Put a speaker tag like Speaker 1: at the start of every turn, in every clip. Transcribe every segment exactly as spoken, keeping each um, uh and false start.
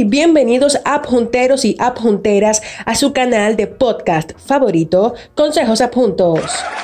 Speaker 1: bienvenidos adjunteros y adjunteras a su canal de podcast favorito, Consejos Adjuntos.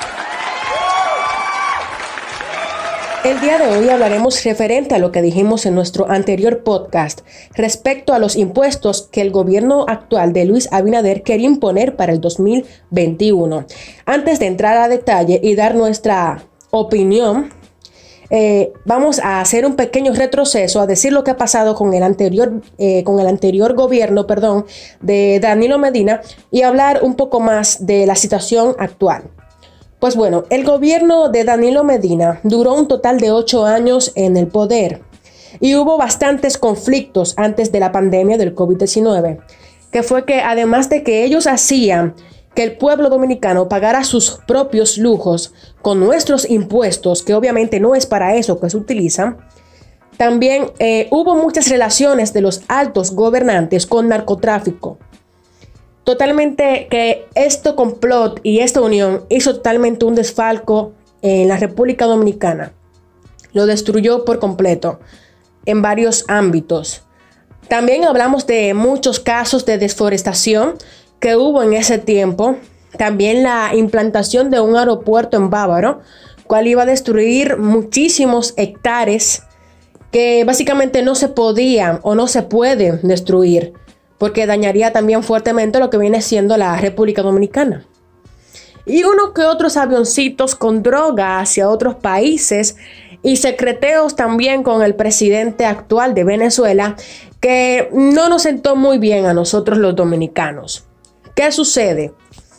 Speaker 1: El día de hoy hablaremos referente a lo que dijimos en nuestro anterior podcast respecto a los impuestos que el gobierno actual de Luis Abinader quería imponer para el dos mil veintiuno. Antes de entrar a detalle y dar nuestra opinión, Eh, vamos a hacer un pequeño retroceso a decir lo que ha pasado con el anterior, eh, con el anterior gobierno, perdón, de Danilo Medina y hablar un poco más de la situación actual. Pues bueno, el gobierno de Danilo Medina duró un total de ocho años en el poder y hubo bastantes conflictos antes de la pandemia del COVID diecinueve, que fue que además de que ellos hacían que el pueblo dominicano pagara sus propios lujos con nuestros impuestos, que obviamente no es para eso que se utilizan, también eh, hubo muchas relaciones de los altos gobernantes con narcotráfico. Totalmente que este complot y esta unión hizo totalmente un desfalco en la República Dominicana. Lo destruyó por completo en varios ámbitos. También hablamos de muchos casos de deforestación que hubo en ese tiempo. También la implantación de un aeropuerto en Bávaro, cual iba a destruir muchísimos hectáreas que básicamente no se podían o no se pueden destruir, porque dañaría también fuertemente lo que viene siendo la República Dominicana. Y uno que otros avioncitos con droga hacia otros países y secreteos también con el presidente actual de Venezuela, que no nos sentó muy bien a nosotros los dominicanos. ¿Qué sucede?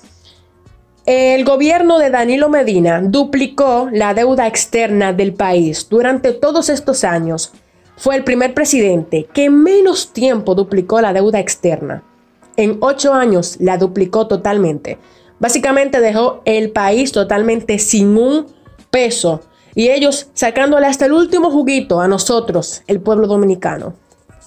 Speaker 1: El gobierno de Danilo Medina duplicó la deuda externa del país durante todos estos años. Fue el primer presidente que en menos tiempo duplicó la deuda externa. En ocho años la duplicó totalmente. Básicamente dejó el país totalmente sin un peso. Y ellos sacándole hasta el último juguito a nosotros, el pueblo dominicano.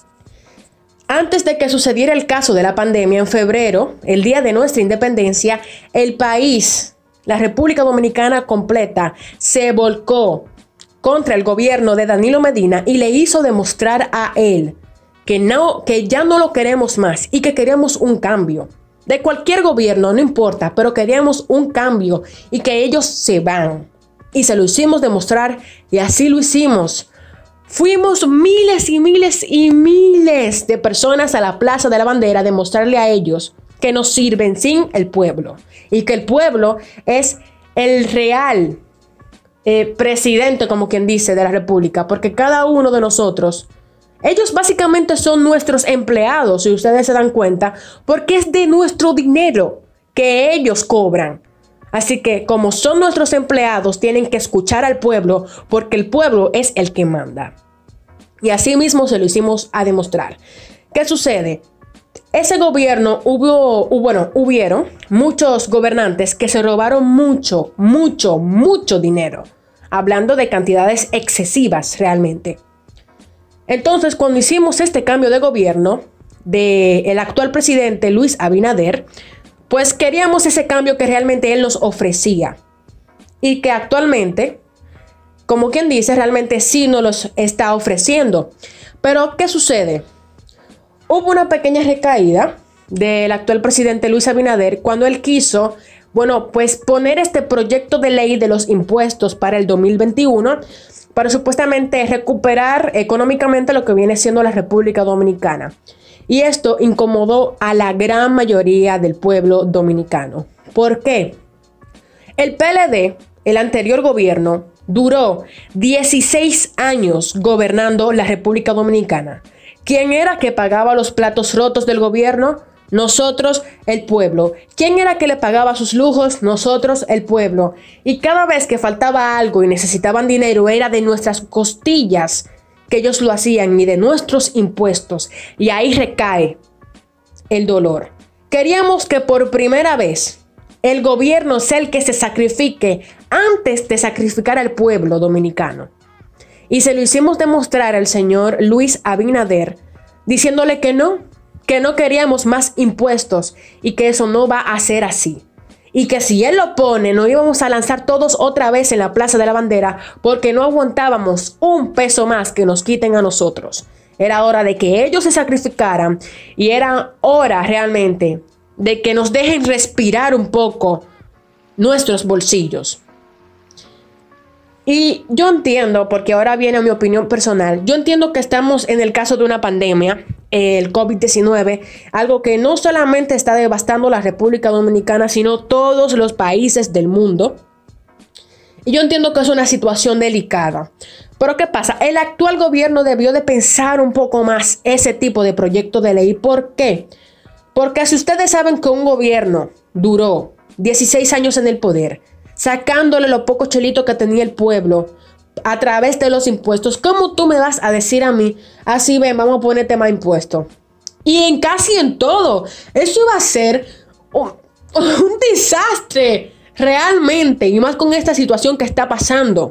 Speaker 1: Antes de que sucediera el caso de la pandemia en febrero, el día de nuestra independencia, el país, la República Dominicana completa, se volcó contra el gobierno de Danilo Medina y le hizo demostrar a él que, no, que ya no lo queremos más y que queríamos un cambio. De cualquier gobierno, no importa, pero queríamos un cambio y que ellos se van. Y se lo hicimos demostrar y así lo hicimos. Fuimos miles y miles y miles de personas a la Plaza de la Bandera a demostrarle a ellos que nos sirven sin el pueblo y que el pueblo es el real eh, presidente, como quien dice, de la República, porque cada uno de nosotros, ellos básicamente son nuestros empleados, si ustedes se dan cuenta, porque es de nuestro dinero que ellos cobran. Así que como son nuestros empleados, tienen que escuchar al pueblo porque el pueblo es el que manda. Y así mismo se lo hicimos a demostrar. ¿Qué sucede? Ese gobierno hubo, bueno, hubieron muchos gobernantes que se robaron mucho, mucho, mucho dinero. Hablando de cantidades excesivas realmente. Entonces, cuando hicimos este cambio de gobierno del actual presidente Luis Abinader, pues queríamos ese cambio que realmente él nos ofrecía y que actualmente, como quien dice, realmente sí nos los está ofreciendo. Pero, ¿qué sucede? Hubo una pequeña recaída del actual presidente Luis Abinader cuando él quiso, bueno, pues poner este proyecto de ley de los impuestos para el dos mil veintiuno para supuestamente recuperar económicamente lo que viene siendo la República Dominicana. Y esto incomodó a la gran mayoría del pueblo dominicano. ¿Por qué? El P L D, el anterior gobierno, duró dieciséis años gobernando la República Dominicana. ¿Quién era que pagaba los platos rotos del gobierno? Nosotros, el pueblo. ¿Quién era que le pagaba sus lujos? Nosotros, el pueblo. Y cada vez que faltaba algo y necesitaban dinero, era de nuestras costillas que ellos lo hacían y de nuestros impuestos. Y ahí recae el dolor. Queríamos que por primera vez el gobierno sea el que se sacrifique antes de sacrificar al pueblo dominicano. Y se lo hicimos demostrar al señor Luis Abinader, diciéndole que no, que no queríamos más impuestos y que eso no va a ser así. Y que si él lo pone, nos íbamos a lanzar todos otra vez en la Plaza de la Bandera porque no aguantábamos un peso más que nos quiten a nosotros. Era hora de que ellos se sacrificaran y era hora realmente de que nos dejen respirar un poco nuestros bolsillos. Y yo entiendo, porque ahora viene mi opinión personal, yo entiendo que estamos en el caso de una pandemia, el COVID diecinueve, algo que no solamente está devastando la República Dominicana, sino todos los países del mundo. Y yo entiendo que es una situación delicada. Pero ¿qué pasa? El actual gobierno debió de pensar un poco más ese tipo de proyecto de ley. ¿Por qué? Porque si ustedes saben que un gobierno duró dieciséis años en el poder, sacándole lo poco chelito que tenía el pueblo a través de los impuestos, ¿cómo tú me vas a decir a mí, así ven, vamos a ponerte más impuestos? Y en casi en todo, eso iba a ser un, un desastre, realmente, y más con esta situación que está pasando.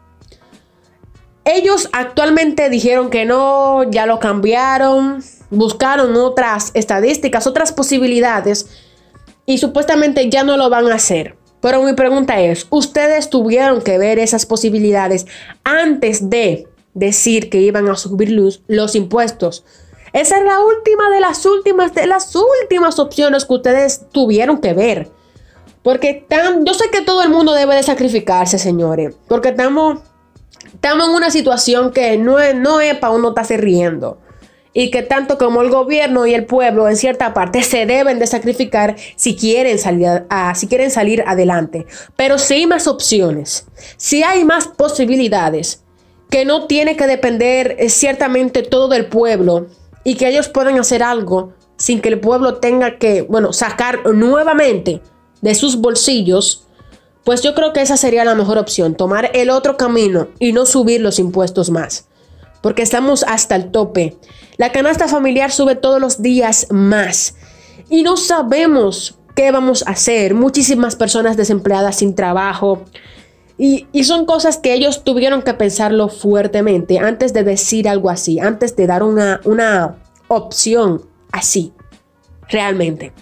Speaker 1: Ellos actualmente dijeron que no, ya lo cambiaron, buscaron otras estadísticas, otras posibilidades, y supuestamente ya no lo van a hacer. Pero mi pregunta es, ¿ustedes tuvieron que ver esas posibilidades antes de decir que iban a subir los, los impuestos? Esa es la última de las últimas de las últimas opciones que ustedes tuvieron que ver. Porque tan, yo sé que todo el mundo debe de sacrificarse, señores. Porque estamos, estamos en una situación que no es, no es para uno estarse riendo. Y que tanto como el gobierno y el pueblo en cierta parte se deben de sacrificar si quieren salir, a, a, si quieren salir adelante. Pero si hay más opciones, si hay más posibilidades, que no tiene que depender eh, ciertamente todo del pueblo y que ellos pueden hacer algo sin que el pueblo tenga que, bueno, sacar nuevamente de sus bolsillos, pues yo creo que esa sería la mejor opción, tomar el otro camino y no subir los impuestos más. Porque estamos hasta el tope. La canasta familiar sube todos los días más. Y no sabemos qué vamos a hacer. Muchísimas personas desempleadas sin trabajo. Y, y son cosas que ellos tuvieron que pensarlo fuertemente antes de decir algo así. Antes de dar una, una opción así. Realmente.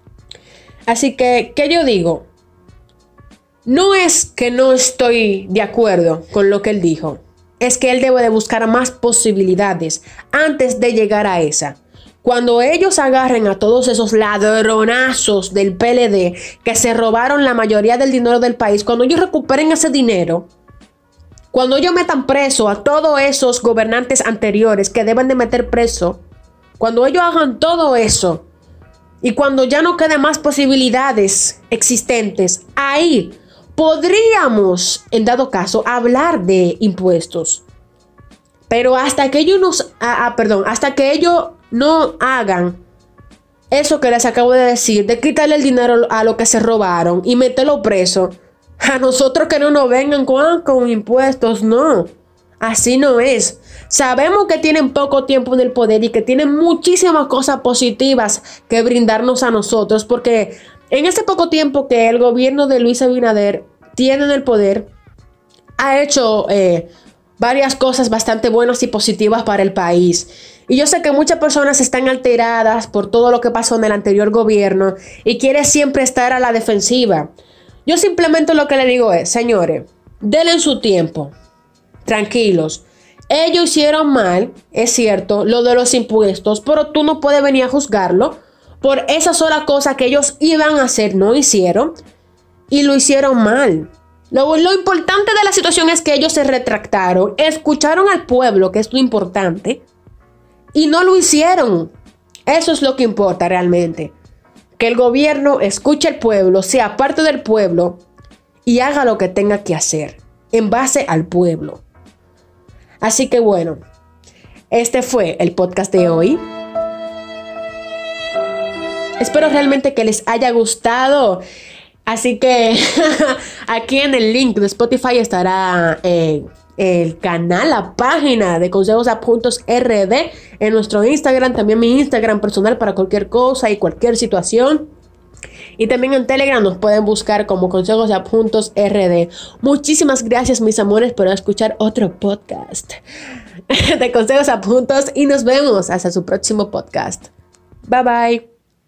Speaker 1: Así que, ¿qué yo digo? No es que no estoy de acuerdo con lo que él dijo. Es que él debe de buscar más posibilidades antes de llegar a esa. Cuando ellos agarren a todos esos ladronazos del P L D que se robaron la mayoría del dinero del país, cuando ellos recuperen ese dinero, cuando ellos metan preso a todos esos gobernantes anteriores que deben de meter preso, cuando ellos hagan todo eso y cuando ya no queden más posibilidades existentes, ahí podríamos, en dado caso, hablar de impuestos. Pero hasta que ellos nos, ah, ah, perdón, hasta que ellos no hagan eso que les acabo de decir, de quitarle el dinero a lo que se robaron y meterlo preso, a nosotros que no nos vengan con, con impuestos, no. Así no es. Sabemos que tienen poco tiempo en el poder y que tienen muchísimas cosas positivas que brindarnos a nosotros, porque en ese poco tiempo que el gobierno de Luis Abinader tiene en el poder, ha hecho eh, varias cosas bastante buenas y positivas para el país. Y yo sé que muchas personas están alteradas por todo lo que pasó en el anterior gobierno y quieren siempre estar a la defensiva. Yo simplemente lo que le digo es, señores, denle su tiempo, tranquilos. Ellos hicieron mal, es cierto, lo de los impuestos, pero tú no puedes venir a juzgarlo por esa sola cosa que ellos iban a hacer, no hicieron y lo hicieron mal. Lo, lo importante de la situación es que ellos se retractaron, escucharon al pueblo, que es lo importante, y no lo hicieron. Eso es lo que importa realmente. Que el gobierno escuche al pueblo, sea parte del pueblo y haga lo que tenga que hacer en base al pueblo. Así que bueno, este fue el podcast de hoy. Espero realmente que les haya gustado. Así que aquí en el link de Spotify estará eh, el canal, la página de Consejos Adjuntos R D en nuestro Instagram. También mi Instagram personal para cualquier cosa y cualquier situación. Y también en Telegram nos pueden buscar como Consejos Adjuntos R D. Muchísimas gracias, mis amores, por escuchar otro podcast de Consejos Adjuntos. Y nos vemos hasta su próximo podcast. Bye bye.